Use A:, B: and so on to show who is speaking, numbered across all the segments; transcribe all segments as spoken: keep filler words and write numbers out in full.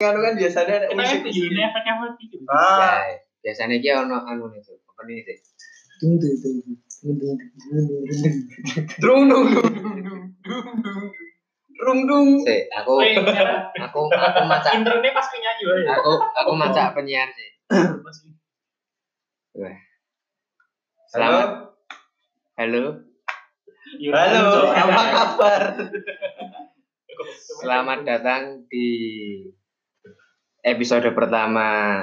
A: Kan kan biasanya ada musik
B: di sini efek-efek gitu.
C: Ah, ya, biasanya dia ono anu itu. Apa ini sih? Dung dung dung dung dung
A: dung dung dung dung dung dung.
C: Sih, aku aku aku maca.
B: Internetnya pas nyanyi wae.
C: Aku aku maca penyiar sih. Wah. Selamat. Halo.
A: Halo, apa kabar?
C: Selamat datang di episode pertama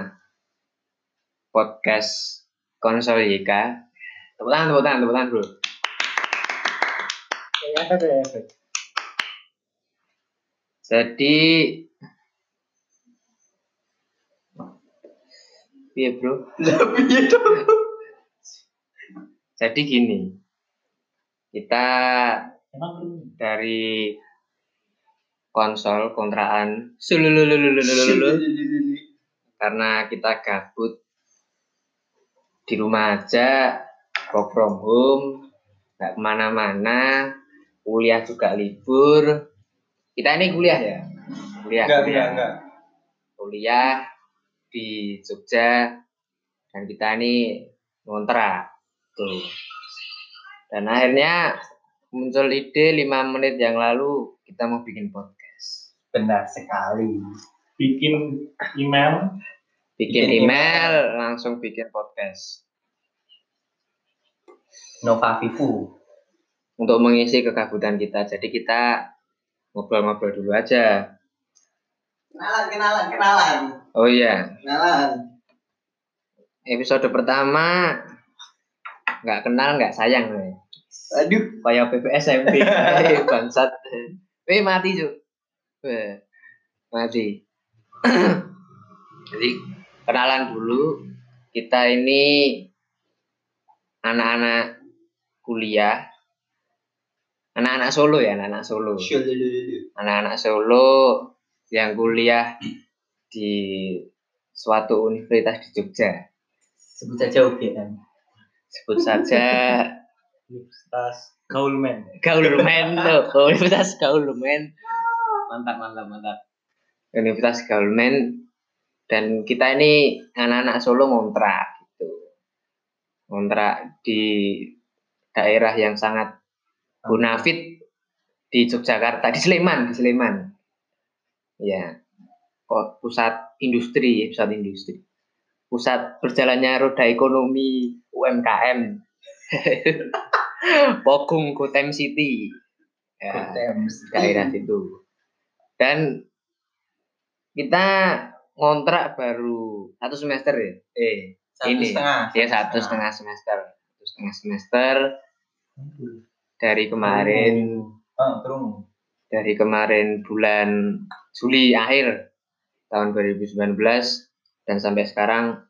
C: podcast Konsol Y K. Tepuk tangan, tepuk tangan, tepuk tangan, bro. Jadi, iya bro.
A: Iya dong.
C: Jadi gini, kita dari konsol kontraan sulululululululu karena kita gabut di rumah aja, work from home, nggak kemana-mana, kuliah juga libur. Kita ini kuliah ya, kuliah,
A: enggak,
C: kuliah,
A: enggak, enggak.
C: kuliah di Jogja, dan kita ini ngontrak tuh. Dan akhirnya muncul ide lima menit yang lalu kita mau bikin podcast.
A: Benar sekali.
B: Bikin email,
C: bikin, bikin email, email, langsung bikin podcast.
A: Nova Vivu.
C: Untuk mengisi kegabutan kita. Jadi kita ngobrol-ngobrol dulu aja.
A: Kenalan, kenalan, kenalan.
C: Oh iya.
A: Kenalan.
C: Episode pertama nggak kenal nggak sayang nih.
A: Aduh,
C: kayak P P S M P. Eh bangsat. Eh mati Cuk. Eh mati. Jadi kenalan dulu. Kita ini anak-anak kuliah. Anak-anak Solo ya, anak-anak Solo. Anak-anak Solo yang kuliah di suatu universitas di Jogja.
A: Sebut saja U G M.
C: Sebut saja
A: Universitas Gaulmen.
C: Gaulmen loh, Universitas Gaulmen. Mantap, mantap, mantap. Universitas Gaulmen, dan kita ini anak-anak Solo ngontrak gitu. Ngontrak di daerah yang sangat bonafit di Yogyakarta, di Sleman, di Sleman. Ya. Kok pusat industri, pusat industri. Pusat berjalannya roda ekonomi U M K M. Pogung Gotham City. Ya, daerah situ. Dan kita ngontrak baru satu semester ya. Eh,
A: satu
C: ini
A: setengah.
C: Ya satu setengah semester. Satu setengah semester. Dari kemarin.
A: Oh, terus.
C: Dari kemarin bulan Juli akhir tahun dua ribu sembilan belas dan sampai sekarang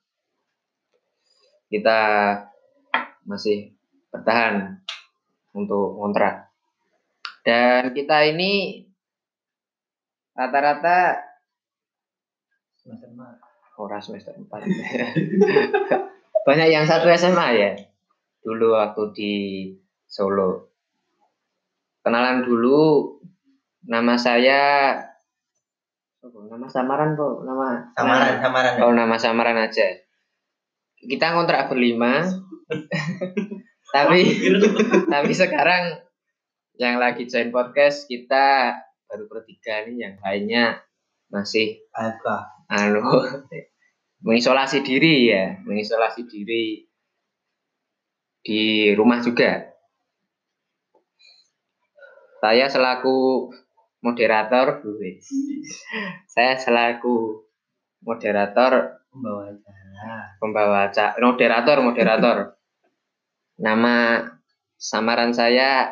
C: kita masih bertahan untuk kontrak. Dan kita ini rata-rata
A: semester empat.
C: Ora semester empat. Banyak yang satu S M A ya. Dulu waktu di Solo. Kenalan dulu, nama saya oh, nama samaran kok, nama
A: samaran,
C: nama,
A: samaran.
C: Oh, nama samaran aja. Kita kontrak berlima. tapi tapi sekarang yang lagi join podcast kita baru bertiga nih, yang lainnya masih
A: apa?
C: Anu mengisolasi diri ya, mengisolasi diri di rumah juga. Saya selaku moderator, saya selaku moderator
A: pembawa acara,
C: pembawa acara, moderator, moderator. Nama samaran saya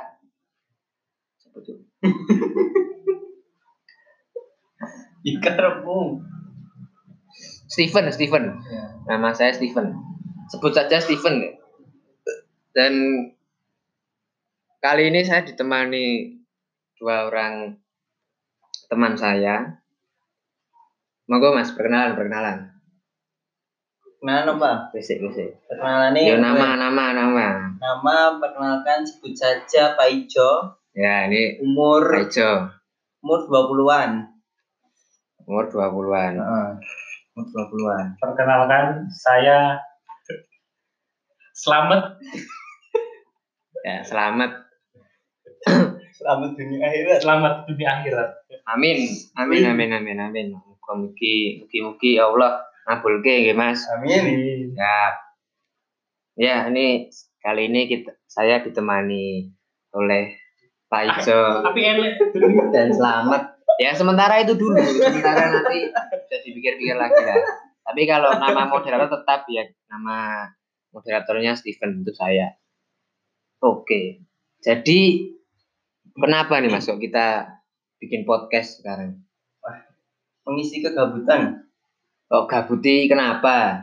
A: Ikarmu.
C: Steven, Steven.
A: Ya.
C: Nama saya Steven. Sebut saja Steven ya. Dan kali ini saya ditemani dua orang teman saya. Monggo Mas, perkenalan, perkenalan.
A: Perkenalan apa?
C: Bisik, bisik.
A: Perkenalan ini.
C: Ya, nama, nama, nama.
A: Nama perkenalkan sebut saja Pak Ijo.
C: Ya, ini
A: umur
C: Pak Ijo.
A: Umur dua puluhan.
C: Umur dua puluhan.
A: Heeh. Umur dua puluhan.
B: Perkenalkan, saya Selamat.
C: Ya, selamat.
A: Selamat dunia akhirat.
B: Selamat dunia akhirat.
C: Amin. Amin amin amin amin. Mugi mugi mugi Allah ngabulke nggih Mas.
A: Amin.
C: Ya. Ya, ini kali ini kita saya ditemani oleh Pak Ijo
B: Tapi enak.
C: dan Selamat. Ya, sementara itu dulu. Sementara nanti bisa dipikir-pikir lagi lah. Tapi kalau nama moderator tetap ya nama moderatornya Steven itu saya. Oke. Jadi kenapa nih Mas kok kita bikin podcast sekarang?
A: Mengisi kegabutan.
C: Oh, gabuti kenapa?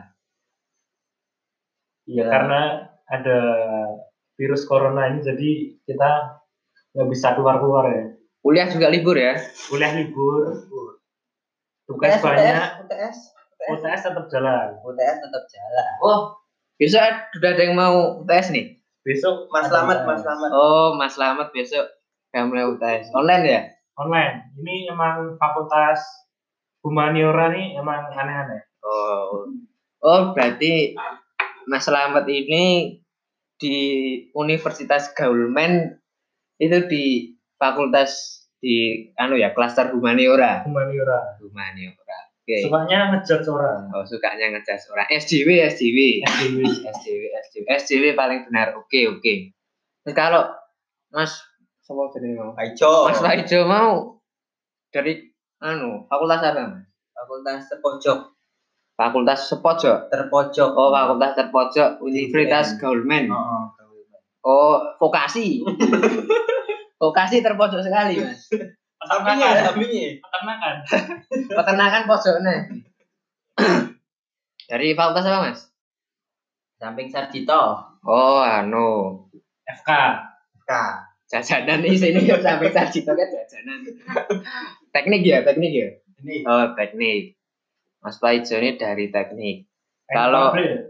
B: Ya, karena ada virus corona ini, jadi kita nggak bisa keluar-keluar ya.
C: Kuliah juga libur ya?
B: Kuliah libur,
A: U T
B: tugas
A: S,
B: banyak,
A: U T S,
B: U T S tetap jalan.
A: U T S tetap jalan.
C: Oh, besok sudah ada yang mau U T S nih?
B: Besok
A: Mas Slamet, Mas Slamet.
C: Oh, Mas Slamet besok udah mulai U T S. Online ya?
B: online. Ini emang fakultas humaniora nih emang aneh-aneh.
C: Oh. Oh, berarti Mas Slamet ini di Universitas Gaulmen itu di fakultas di anu ya, klaster humaniora.
B: Humaniora.
C: Humaniora. Oke.
B: Sukanya ngejudge orang.
C: Oh, sukanya ngejudge orang. S J W, S J W.
B: S D W.
C: S J W, S J W. S J W paling benar. Oke, oke. Terus kalau Mas siapa jadi mau?
A: Aijo.
C: Mas Waijo mau dari anu, fakultas apa, Mas?
A: Fakultas terpojok.
C: Fakultas sepojok.
A: Terpojok.
C: Oh, fakultas terpojok Universitas Gaulmen.
A: Oh,
C: Oh, vokasi. Vokasi terpojok sekali, Mas.
A: sampingnya, sampingnya.
B: Peternakan.
C: Peternakan pojoknya. Dari fakultas apa, Mas?
A: Samping Sarjito.
C: Oh, anu.
B: F K.
A: K.
C: Jajanan di sini ya samping Sarjito kan jajanan. Teknik ya, teknik ya.
A: Ini.
C: Oh, teknik. Mas Paijo ini dari teknik. Kalau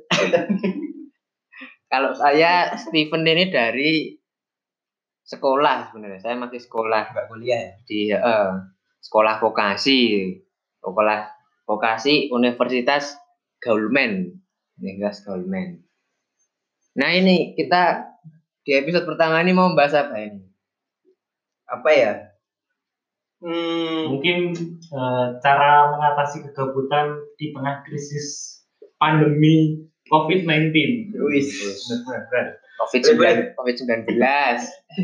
C: kalau saya Steven ini dari sekolah sebenarnya. Saya masih sekolah,
A: Enggak kuliah ya?
C: di eh, sekolah vokasi. Sekolah vokasi Universitas Gaulmen. Universitas Gaulmen. Nah, ini kita di episode pertama ini mau membahas apa ini?
A: Apa ya? Hmm,
B: Mungkin eh, cara mengatasi kegabutan di tengah krisis pandemi covid sembilan belas.
A: Wis.
C: covid sembilan belas.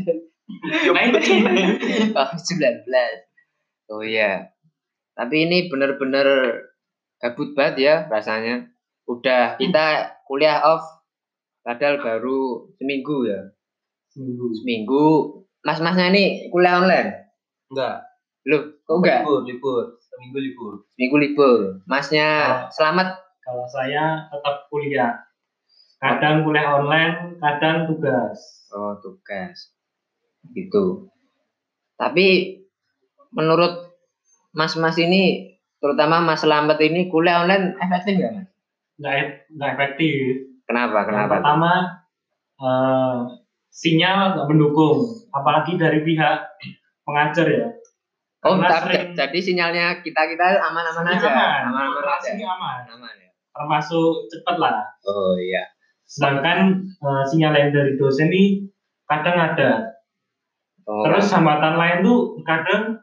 C: covid sembilan belas. Oh iya. Tapi ini benar-benar gabut banget ya rasanya. Udah kita kuliah off padahal baru seminggu ya.
B: Seminggu.
C: Seminggu. Mas-masnya ini kuliah online?
A: enggak.
C: Loh, kok enggak?
A: Libur, libur. Seminggu libur.
C: Seminggu libur. Masnya
B: Oh.
C: Selamat.
B: Kalau saya tetap kuliah. Kadang kuliah online, kadang tugas.
C: Oh, tugas. Gitu. Tapi menurut Mas-mas ini, terutama Mas Selamat ini kuliah online efektif nggak, Mas?
B: Nggak, ef- nggak efektif.
C: Kenapa?
B: Yang
C: Kenapa?
B: pertama, eh, sinyal nggak mendukung. Apalagi dari pihak pengajar ya.
C: Oh,
B: Karena
C: tapi
B: sering-
C: jadi sinyalnya kita-kita aman-aman
B: Sinyal
C: aja.
B: aman.
C: Aman-aman aja.
B: Operasinya aman.
C: Aman ya.
B: Termasuk cepat lah.
C: Oh iya.
B: Sedangkan eh, sinyal yang dari dosen ini kadang ada.
C: Oh,
B: Terus hambatan lain tuh kadang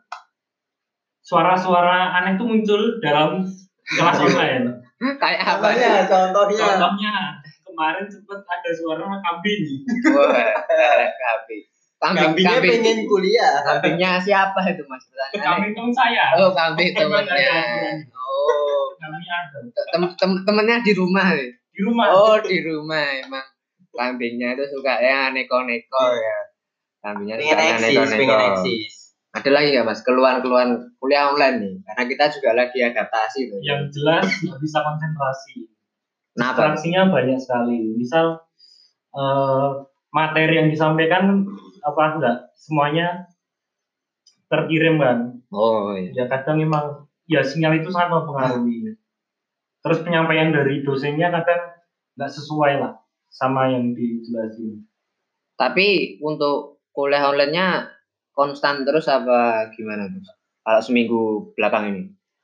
B: suara-suara aneh tuh muncul dalam kelas online.
C: kayak apa
A: Contohnya,
C: ya?
A: contohnya.
B: Contohnya kemarin sempat ada suara kambing.
C: Wah, kambing. Kambing,
A: Kambingnya
C: kambing.
A: pengen kuliah.
C: Kambingnya siapa itu, Mas? Pertanyaannya.
B: Kambing teman saya.
C: Oh, kambing
B: Emang
C: temennya.
B: ada.
C: Oh,
B: Kambing ada.
C: tem tem temennya di rumah. Ya?
B: Di rumah.
C: Oh, di rumah emang kambingnya itu suka ya neko-neko ya. Kambingnya
A: Pengen
C: suka
A: eksis, pengen
C: neko-neko.
A: eksis.
C: Ada lagi nggak, Mas, keluhan-keluhan kuliah online nih? Karena kita juga lagi adaptasi tuh.
B: Yang jelas nggak bisa konsentrasi.
C: Kenapa?
B: Distraksinya banyak sekali. Misal eh, materi yang disampaikan apa enggak semuanya terkirim kan.
C: Oh iya.
B: Ya kadang memang ya sinyal itu sangat mempengaruhi. Terus penyampaian dari dosennya kadang nggak sesuai lah sama yang dijelasin.
C: Tapi untuk kuliah online-nya konstan terus apa gimana tuh? Kalau seminggu belakang ini?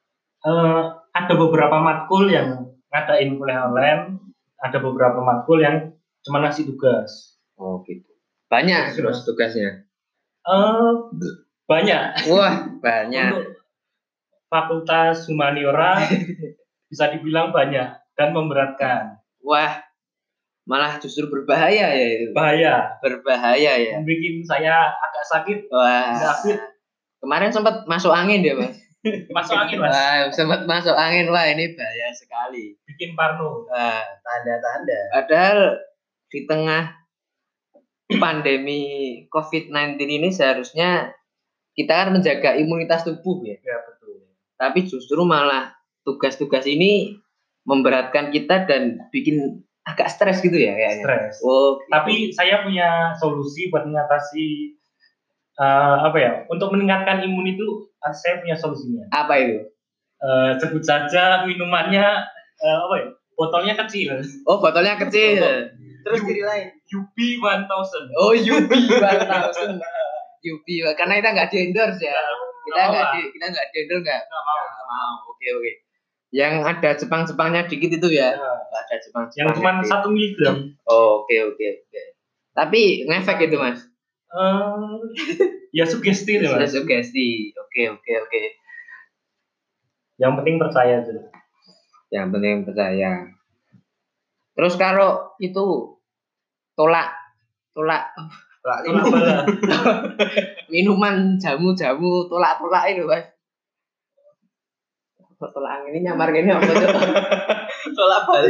B: eh, ada beberapa matkul yang ngadain kuliah online, ada beberapa matkul yang cuma ngasih tugas.
C: Oh gitu. Banyak
B: Terus,
C: terus tugasnya.
B: Eh, banyak.
C: Wah, banyak.
B: Untuk fakultas humaniora bisa dibilang banyak dan memberatkan.
C: Wah, malah justru berbahaya ya itu.
B: Bahaya.
C: Berbahaya ya.
B: Bikin saya agak sakit.
C: Wah.
B: Nggak fit.
C: Kemarin sempat masuk angin dia, Mas.
B: Masuk angin, Mas.
C: Wah, sempat masuk angin. Wah, ini bahaya sekali.
B: Bikin parno.
C: Wah,
A: Tanda-tanda.
C: padahal di tengah pandemi covid sembilan belas ini seharusnya kita kan menjaga imunitas tubuh ya.
B: Ya, betul.
C: Tapi justru malah tugas-tugas ini memberatkan kita dan bikin agak stres gitu ya kayaknya.
B: Stres.
C: Oh, gitu.
B: Tapi saya punya solusi buat mengatasi uh, apa ya? Untuk meningkatkan imun itu uh, saya punya solusinya.
C: Apa itu?
B: Uh, sebut saja minumannya uh, apa ya? Botolnya kecil.
C: Oh, botolnya kecil.
A: Terus diri lain.
B: U B seribu.
C: Oh, U B seribu. U B karena kita nggak di endorse ya. Kita nggak di kita nggak di endorse nggak.
B: Nggak mau.
C: Nggak mau. Oke oke. Yang ada Jepang-Jepangnya dikit itu ya.
B: Ya.
C: Ada Jepang.
B: Yang cuma satu miligram.
C: Oh, oke oke oke. Tapi ngefek itu mas.
B: Uh, ya sugesti deh mas.
C: Sugesti. Oke oke oke.
B: Yang penting percaya tuh.
C: Yang penting percaya. Terus kalau itu tolak tolak
A: Tolak
B: Tolak bala.
C: minuman jamu-jamu tolak-tolak itu mas. Tolak angin ini nyamar gini apa tuh?
A: Tolak bala.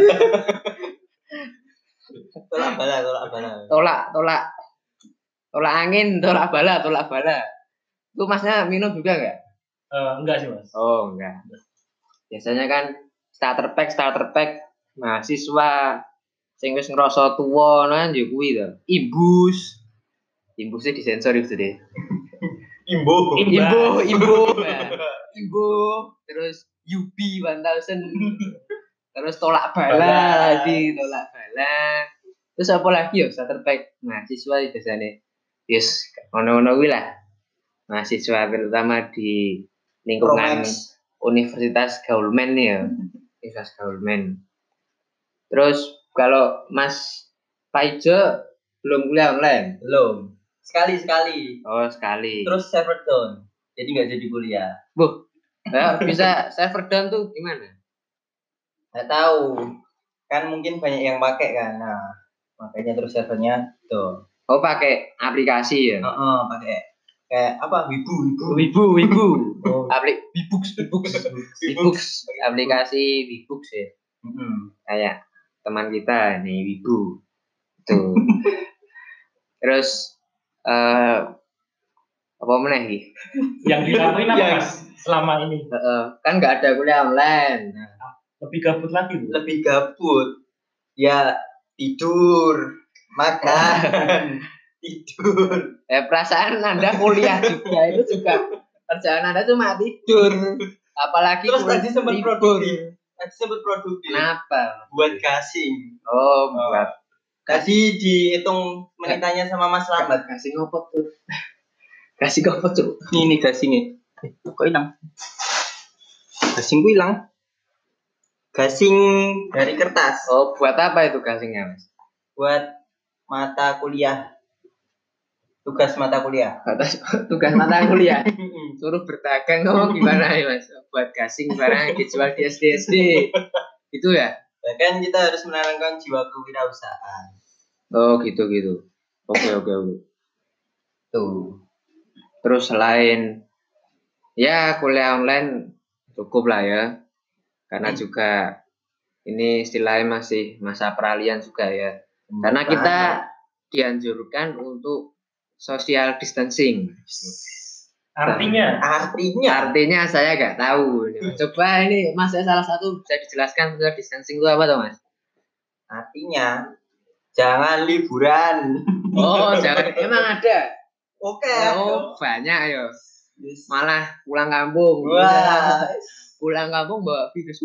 A: Tolak bala, tolak bala.
C: Tolak tolak tolak angin, tolak bala, tolak bala. Itu masnya minum juga nggak?
B: Uh, enggak sih mas.
C: Oh enggak. Biasanya kan starter pack starter pack mahasiswa sing wis ngrasa tuwa kan yo kuwi to. Imbus. Imbusnya disensor itu deh.
A: Imbo.
C: Imbo, imbo. Imbo, terus U B seribu. Terus tolak bala lagi, tolak bala. Terus apa lagi ya starter pack mahasiswa biasanya. Yes, ono-ono kuwi lah. Mahasiswa terutama di lingkungan
A: Romex.
C: Universitas Gaulmen ya. Universitas Gaulmen. Terus kalau Mas Paijo belum kuliah online?
A: Belum. Sekali-sekali.
C: Oh, sekali.
A: Terus server down. Jadi nggak jadi kuliah.
C: Bu, ya, bisa server down tuh gimana?
A: Nggak tahu. Kan mungkin banyak yang pakai kan. Nah, makanya terus servernya tuh.
C: Oh, pakai aplikasi ya?
A: Heeh, pakai kayak apa? Wibu, Wibu.
C: Wibu, Wibu.
B: Oh.
C: Aplik Wibooks, Wibooks. Wibooks, aplikasi Wibooks ya.
A: Mm-hmm.
C: Kayak teman kita nih Wibu. Tuh. Terus eh apa meneh iki?
B: Yang dilakuin apa
A: Yang-
B: mas selama ini?
C: Heeh, kan nggak ada kuliah online.
B: Lebih gabut lagi tuh.
A: Lebih gabut. Ya tidur, makan, tidur.
C: Eh perasaan Anda kuliah juga itu juga kerjaan Anda cuma tidur. Apalagi
A: Terus
C: kuliah
A: tadi sempat
C: libur.
A: produktif. Tadi sempat produktif.
C: Kenapa?
A: Buat gasing.
C: Oh, buat
A: Tadi dihitung menitanya sama Mas Slamet.
C: kasih ngopo tuh. Kasih ngopo tuh.
A: Ini nih gasingnya. Eh, kok hilang? Gasingku hilang. Gasing dari kertas.
C: Oh, buat apa itu gasingnya, Mas?
A: Buat mata kuliah. Tugas mata kuliah.
C: Atas tugas mata kuliah. Suruh berdagang oh gimana ya, Mas? Buat gasing barang yang dijual di S D S D. Itu ya?
A: Bahkan kita harus menanamkan jiwa kewirausahaan.
C: Oh, gitu gitu. Oke, oke, oke.
A: Tuh.
C: Terus selain ya kuliah online cukup lah ya. Karena
A: Hmm.
C: juga ini istilahnya masih masa peralihan juga ya. Karena kita dianjurkan untuk social distancing.
B: Artinya
A: Artinya
C: Artinya saya nggak tahu. Coba ini Mas saya salah satu bisa dijelaskan social distancing itu apa tuh Mas?
A: artinya jangan liburan.
C: Oh, jangan emang ada.
A: Oke.
C: Oh, banyak ya. Malah pulang kampung.
A: Wah.
C: Pulang kampung bawa virus.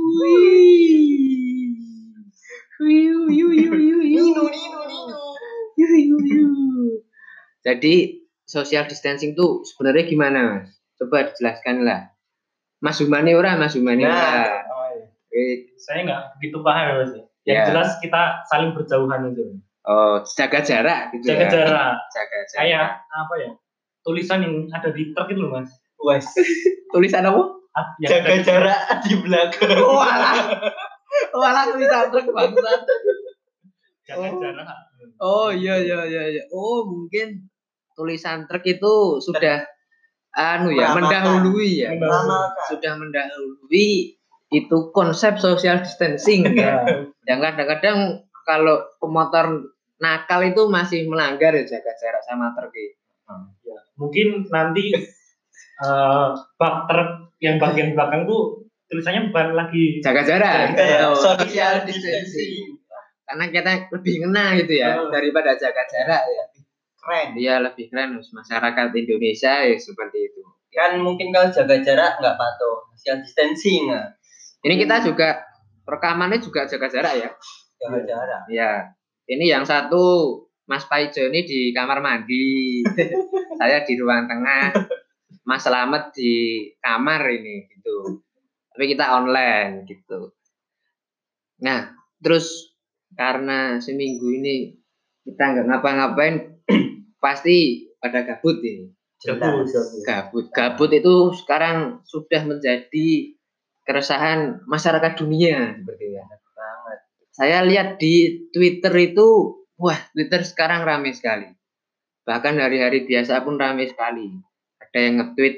C: Wih. Wih, wih, wih, wih, wih.
A: Ninu ninu ninu.
C: Yuh, yuh, yuh. Jadi social distancing tuh sebenarnya gimana Mas? Coba dijelaskan lah. Mas Humani ora, Mas Humani ora.
A: Nah, oh, iya.
C: Eh,
B: Saya nggak begitu paham ya Mas. Yang
C: Ya.
B: jelas kita saling berjauhan itu.
C: Oh, jaga jarak gitu
B: Jaga
C: ya.
B: jarak.
C: Jaga jarak.
B: Kayak apa ya? Tulisan yang ada di truk itu loh Mas.
A: Wes.
C: Tulisan apa?
B: Ah, yang
A: Jaga
B: ada-
A: jarak di belakang.
C: Walah. Walah tulisan truk bangsat.
B: Jaga
C: Oh.
B: jarak.
C: Oh iya iya iya iya. Oh, mungkin tulisan truk itu sudah anu ya,
A: Meramalkan.
C: mendahului ya.
A: Meramalkan.
C: Sudah mendahului itu konsep social distancing ya.
B: Ya.
C: Yang kadang-kadang kalau pemotor nakal itu masih melanggar ya jaga jarak sama truk itu.
B: Ya. Mungkin nanti eh bak truk yang bagian belakang tuh tulisannya bukan lagi
C: Jaga jarak.
A: Kayak
C: Oh,
A: social distancing.
C: Karena kita lebih ngena gitu ya
B: Oh.
C: daripada jaga jarak ya.
A: Keren.
C: Dia lebih keren Mas. Masyarakat Indonesia ya seperti itu.
A: Kan mungkin kalau jaga jarak nggak patuh. Social distancing. Nah.
C: Ini kita juga rekamannya juga jaga jarak ya.
A: Jaga jarak.
C: Ya. Ini yang satu Mas Paijo ini di kamar mandi. Saya di ruang tengah. Mas Slamet di kamar ini gitu. Tapi kita online gitu. Nah, terus karena seminggu ini kita nggak ngapa-ngapain, pasti pada gabut ini.
B: Gabut,
A: Jelas.
B: gabut.
C: Gabut, gabut itu sekarang sudah menjadi keresahan masyarakat dunia seperti itu.
A: Banget.
C: Saya lihat di Twitter itu, wah Twitter sekarang ramai sekali. Bahkan hari-hari biasa pun ramai sekali. Ada yang nge-tweet,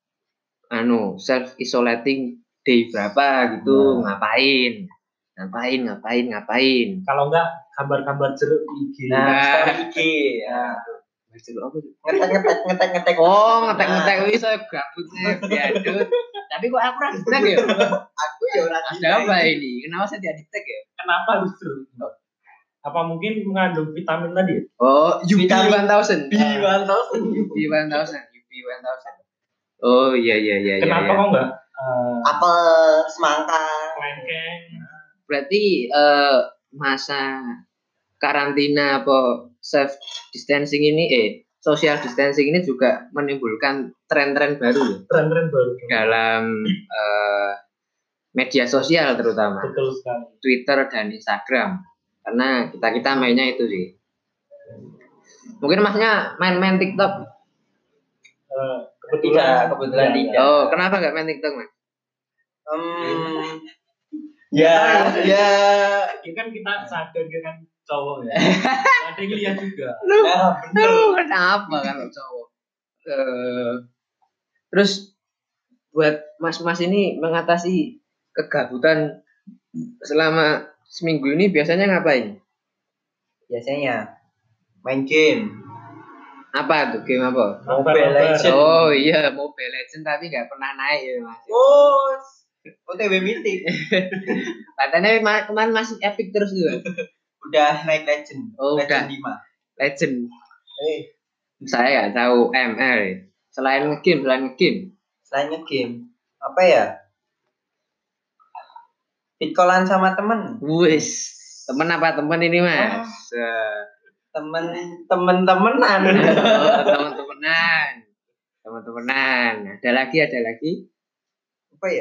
C: anu self isolating day berapa gitu,
A: Nah.
C: ngapain, ngapain, ngapain, ngapain.
B: Kalau enggak gambar-gambar jeruk di I G.
A: Nah,
C: Nah.
A: story I G. Ya.
C: Apa tuh?
A: Ngetek ngetek ngetek ngetek.
C: Oh, ngetek-ngetek wis saya gabut saya diadut. Tapi kok aku ora di-tag ya?
A: Aku ya orang
C: Ada apa ini? Kenapa saya tidak di-tag ya?
B: Kenapa justru? Apa mungkin mengandung vitamin tadi ya?
C: Oh, U B
A: Vitamin
C: 1000.
A: B one thousand.
C: U B one thousand, U B one thousand. Oh, iya iya iya iya.
B: Kenapa
C: iya.
B: kok enggak eh,
A: Apel, semangka.
B: kelengkeng?
C: Berarti eh, masa karantina apa self distancing ini eh social distancing ini juga menimbulkan tren-tren baru ya
B: Tren-tren baru.
C: dalam eh, media sosial terutama
B: Betul sekali.
C: Twitter dan Instagram karena kita kita mainnya itu sih mungkin masnya main-main TikTok.
B: Eh,
A: Tidak, kebetulan
B: ya,
A: tidak.
C: Oh kenapa nggak main TikTok mas?
A: Hmm. Ya, ya.
B: Ini kan kita sadar dia kan cowok ya. Ada yang lihat juga.
A: Nah, bener.
C: Aduh, kenapa kalau cowok? Eh, terus buat mas-mas ini mengatasi kegabutan selama seminggu ini biasanya ngapain?
A: Biasanya main game.
C: Apa tuh game apa?
A: Mobile Legends.
C: Oh iya Mobile Legends tapi nggak pernah naik ya mas.
A: Oh, O T W Mythic.
C: Katanya ma- kemarin masih epic terus juga.
A: Udah naik Legend.
C: Oh,
A: Legend
C: udah.
A: lima.
C: Legend.
A: Eh,
C: Saya nggak tahu M L. Selain ngegame, selain ngegame.
A: selain game, apa ya? Pitkolan sama temen.
C: Wis, temen apa temen ini mas? Eh,
A: Temen temen temenan.
C: oh, temen-temenan, temen-temenan. Ada lagi, ada lagi.
A: Apa ya?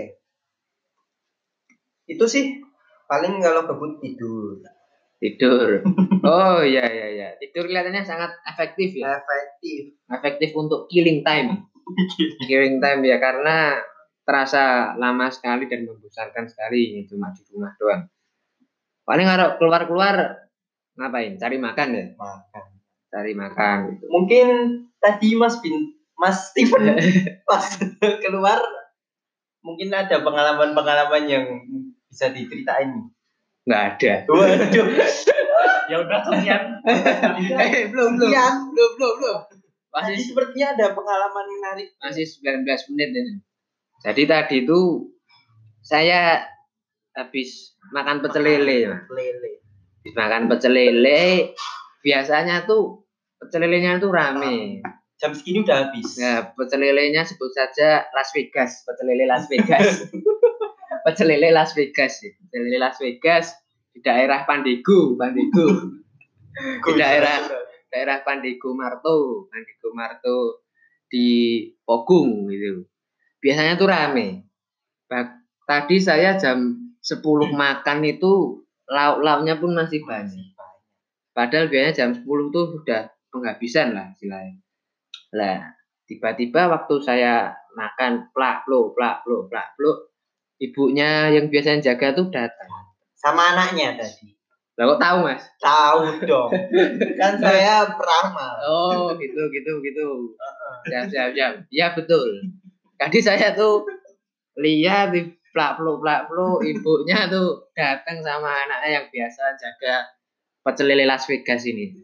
A: Itu sih paling kalau gabut tidur.
C: Tidur. Oh iya iya iya. Tidur kelihatannya sangat efektif ya.
A: Efektif.
C: Efektif untuk killing time. Killing time ya karena terasa lama sekali dan membosankan sekali ini cuma di rumah doang. Paling kalau keluar-keluar ngapain? Cari makan ya?
A: Makan.
C: Cari makan gitu.
A: Mungkin tadi Mas Bin, Mas Steven pas keluar mungkin ada pengalaman-pengalaman yang bisa diceritain.
C: Nggak ada.
A: Waduh.
B: Ya udah sekian.
C: Eh belum belum.
A: Sekian.
C: Belum belum belum.
A: Tadi
C: Masih
A: sepertinya ada pengalaman menarik.
C: masih sembilan belas menit ini. Jadi tadi itu saya habis makan pecel lele, Mas.
A: Lele.
C: Habis makan pecel lele, biasanya tuh pecel lelenya tuh rame.
A: Jam segini udah habis.
C: Nah, pecel lelenya sebut saja Las Vegas, pecel lele Las Vegas. Pecel lele Las Vegas, ya. Pecel lele Las Vegas di daerah Pandegu, Pandegu. Di daerah daerah Pandegu Marto, Pandegu Marto di Pogung gitu. Biasanya tuh rame. Bak- tadi saya jam sepuluh makan itu lauk-lauknya pun masih banyak. Padahal biasanya jam sepuluh tuh sudah penghabisan lah istilahnya. Lah, tiba-tiba waktu saya makan plak pluk plak pluk plak pluk, ibunya yang biasanya jaga tuh datang.
A: Sama anaknya tadi.
C: Lah kok tahu, Mas?
A: Tahu dong. Kan saya peramal.
C: Oh, gitu gitu gitu. Siap siap siap. Ya betul. Tadi saya tuh lihat di plak pluk plak pluk, ibunya tuh datang sama anaknya yang biasa jaga pecel lele Las Vegas ini.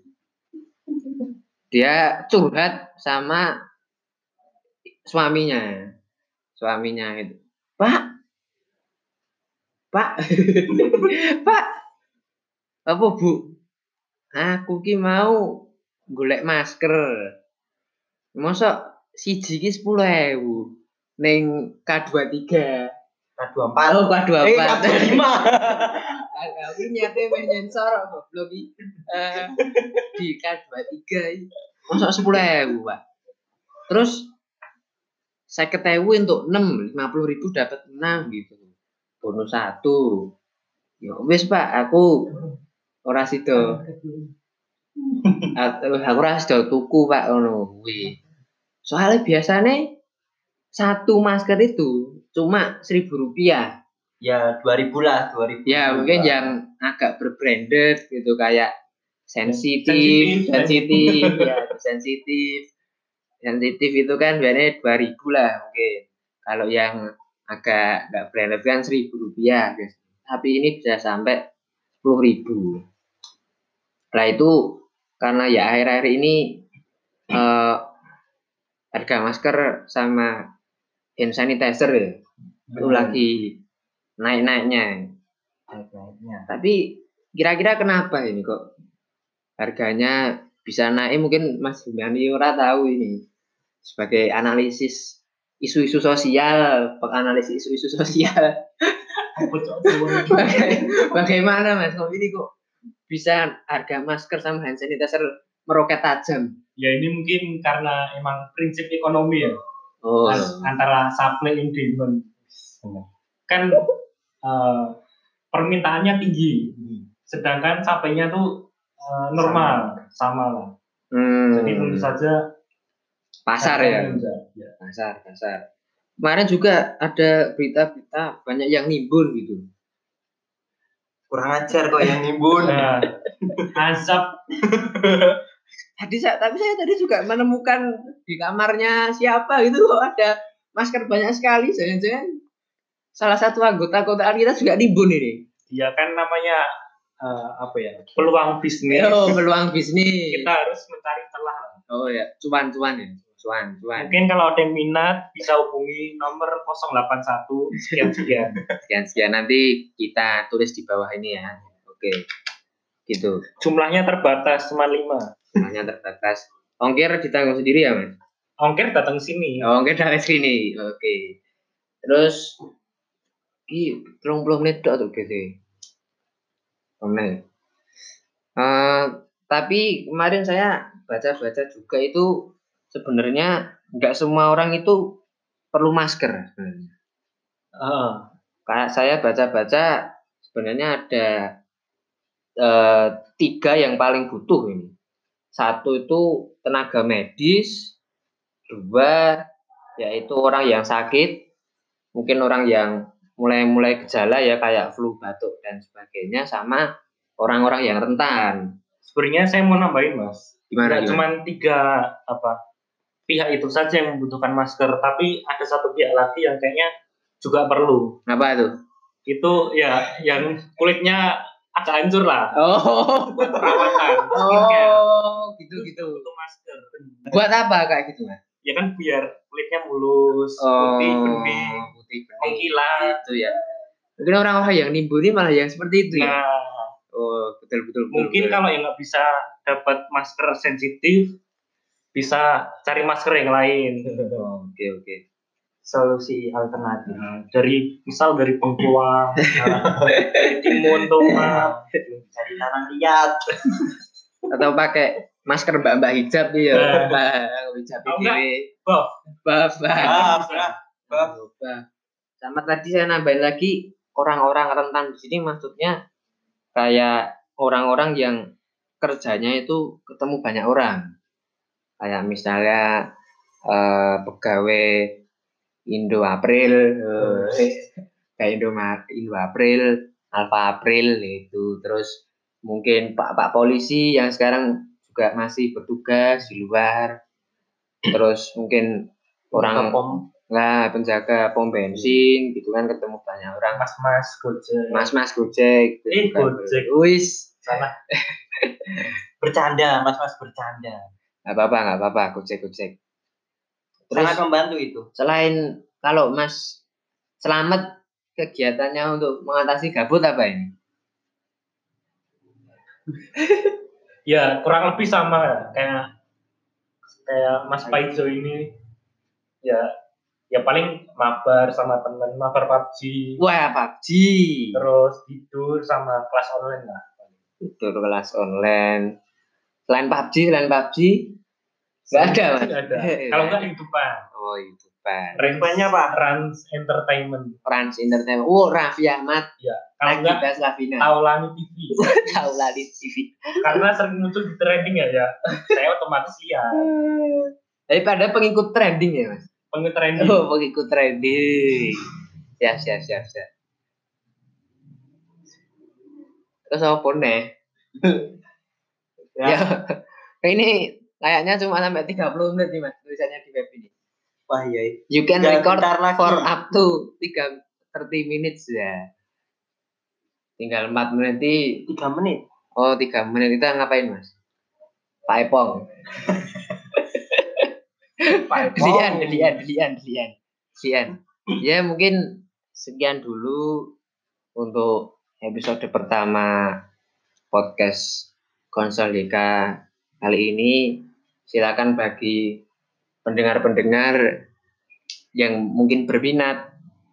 C: Dia curhat sama suaminya. Suaminya itu, Pak, Pak, Pak, apa Bu? Aku ki mau golek masker. Mosok siji ki sepuluh ribu ning K dua puluh tiga.
A: K dua puluh empat.
C: Oh, K dua puluh empat.
A: Eh, K dua puluh lima.
C: Aku nyate meh nyensor goblok iki. Eh, di K dua puluh tiga iki. Mosok sepuluh ribu, Pak. Terus saya ketahui untuk enam, lima puluh ribu dapat enam gitu. Bonus satu. Ya wis Pak, aku ora sida. Aku aku ora sida tuku Pak ngono kuwi. Soalnya biasanya satu masker itu cuma seribu rupiah.
A: Ya dua ribu lah, dua ribu.
C: Ya mungkin yang agak berbranded gitu kayak sensitif, sensitif, ya sensitif. Sensitif itu kan biasanya dua ribu lah mungkin. Kalau yang agak nggak branded kan seribu rupiah guys. Tapi ini bisa sampai sepuluh ribu. Nah itu karena ya akhir-akhir ini eh, harga masker sama hand sanitizer ya itu lagi naik-naiknya.
A: Naik-naiknya.
C: Tapi kira-kira kenapa ini kok harganya bisa naik? Mungkin Mas Humayani ora tahu ini. Sebagai analisis isu-isu sosial, penganalisis isu-isu sosial. Baga- Bagaimana Mas? Kok ini kok bisa harga masker sama hand sanitizer meroket tajam?
B: Ya ini mungkin karena emang prinsip ekonomi ya.
C: Oh,
B: An- antara supply and demand. Kan uh, permintaannya tinggi, sedangkan supply-nya tuh uh, normal, sama lah.
C: hmm.
B: Jadi tentu saja
C: pasar ya.
B: ya.
C: Pasar, pasar. Kemarin juga ada berita-berita banyak yang nimbun gitu.
A: Kurang ajar kok yang nimbun.
B: Nah, azab.
C: Tadi saya, tapi saya tadi juga menemukan di kamarnya siapa gitu kok ada masker banyak sekali. Jangan-jangan salah satu anggota kotaan kita juga nimbun ini.
B: Ya kan namanya uh, apa ya? Peluang bisnis.
C: Oh, peluang bisnis.
B: Kita harus mencari celah.
C: Oh ya, cuan-cuan ya. Cuan, cuan.
B: Mungkin kalau ada yang minat bisa hubungi nomor nol delapan satu sekian sekian.
C: Sekian sekian nanti kita tulis di bawah ini ya. Oke. Gitu.
B: Jumlahnya terbatas cuma lima.
C: Jumlahnya terbatas. Ongkir ditanggung sendiri ya, Mas?
B: Ongkir datang sini.
C: Oh, ongkir datang sini. Oke. Terus ki tiga puluh menit tok tuh gitu. Menit. Uh, tapi kemarin saya baca-baca juga itu sebenarnya nggak semua orang itu perlu masker.
B: Uh.
C: Kayak saya baca-baca sebenarnya ada uh, tiga yang paling butuh ini. Satu itu tenaga medis, dua yaitu orang yang sakit, mungkin orang yang mulai-mulai gejala ya kayak flu, batuk dan sebagainya, sama orang-orang yang rentan.
B: Sebenarnya saya mau nambahin Mas.
C: Gimana?
B: Nggak cuma tiga apa pihak itu saja yang membutuhkan masker, tapi ada satu pihak lagi yang kayaknya juga perlu.
C: Apa itu?
B: Itu ya yang kulitnya agak hancur lah.
C: Oh,
B: buat perawatan.
C: Oh, gitu-gitu.
B: Butuh masker.
C: Buat apa kayak gitu, Mas?
B: Ya kan biar kulitnya mulus,
C: oh,
B: putih bening,
C: putih bening,
B: mengkilat
C: itu ya. Mungkin orang-orang yang nimbuni malah yang seperti itu ya.
B: Nah,
C: oh, betul betul.
B: Mungkin betul. Kalau yang nggak bisa dapat masker sensitif, bisa cari masker yang lain.
C: Oke oh, oke. Okay, okay.
A: Solusi alternatif.
B: Nah, dari misal dari bengkuang, dari timun, tomat,
A: dari tanah liat,
C: atau pakai masker mbak-mbak hijab ya. Mbak hijab
B: oh,
C: ini.
B: Buff,
C: buff,
A: buff, buff.
C: sama tadi saya nambahin lagi orang-orang rentan di sini maksudnya kayak orang-orang yang kerjanya itu ketemu banyak orang. Kayak misalnya eh, pegawai Indo April, eh, kayak Indo Indo April, Alfa April itu. Terus mungkin Pak-pak polisi yang sekarang juga masih bertugas di luar. Terus mungkin orang
A: pom
C: lah penjaga pom bensin gitu kan ketemu banyak orang.
B: Mas-mas Gojek.
C: Mas-mas Gojek.
B: Eh,
C: gitu kan.
B: Gojek.
C: Wis,
B: Salah.
A: bercanda, mas-mas bercanda.
C: nggak apa-apa, nggak apa-apa, Gojek-Gojek. Terus
A: Sangat membantu itu.
C: selain kalau Mas Selamat kegiatannya untuk mengatasi gabut apa ini?
B: Ya kurang lebih sama ya. kayak kayak Mas Paizo ini ya ya paling mabar sama temen, mabar P U B G,
C: Wah, P U B G.
B: terus tidur sama kelas online lah.
C: Tidur kelas online. Selain P U B G, selain P U B G nggak ada, Mas.
B: Nggak ada. Kalau nggak YouTubean.
C: Oh, YouTubean.
A: Rans-nya apa?
B: Rans Entertainment.
C: Rans Entertainment. Oh, Raffi Ahmad.
B: Ya. Kalau nggak
C: Nagita Slavina.
B: Taulani T V.
C: Taulani T V.
B: Karena sering muncul di trending ya ya. Saya otomatis lihat.
C: Daripada pengikut trending ya, Mas.
B: Pengikut trending.
C: Oh, pengikut trending. Siap, siap, siap, siap. Terus apa nih?
A: Ya.
C: Ya. Ini kayaknya cuma sampai tiga puluh menit nih, Mas, tulisannya di web ini.
A: Wah iya.
C: You can
A: Tinggal
C: record
A: bentar lagi.
C: for up to tiga thirty minutes ya. Tinggal empat menit.
A: tiga menit.
C: Oh, tiga menit kita ngapain, Mas? Pak Epong. Delian, delian, delian, delian. Delian. Ya, mungkin sekian dulu untuk episode pertama podcast Konsolika kali ini. Silakan bagi pendengar-pendengar yang mungkin berminat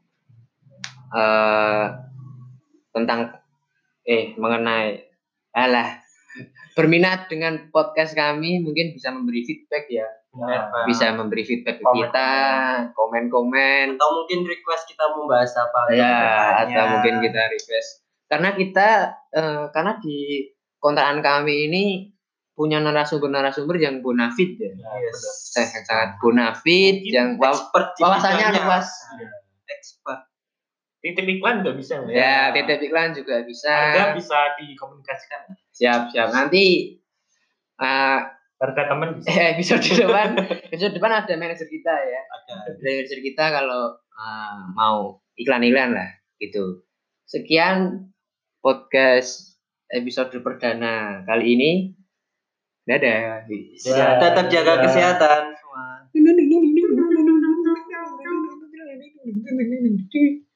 C: uh, tentang eh mengenai alah berminat dengan podcast kami mungkin bisa memberi feedback ya.
A: Benar,
C: Bisa memberi feedback ke
B: Komen.
C: kita, komen-komen
A: atau mungkin request kita membahas apa
C: ya,
A: kedepannya.
C: atau mungkin kita request karena kita eh, karena di kontrakan kami ini punya narasumber-narasumber yang bonafit ya,
A: Yes.
C: eh, sangat bonafit yang waw-
A: Expert di
C: wawasannya
A: bidangnya.
C: luas.
A: Expert.
B: Titip iklan juga bisa
C: Ya, titip iklan juga bisa.
B: Harga bisa dikomunikasikan.
C: Siap, siap. Nanti uh,
B: Harga teman bisa.
C: episode depan, episode depan ada manajer kita ya.
A: Ada.
C: Ada manajer kita kalau uh, mau iklan-iklan lah gitu. Sekian podcast episode perdana kali ini. Dadah.
A: Ya, tetap jaga
B: Ya.
A: kesehatan semua.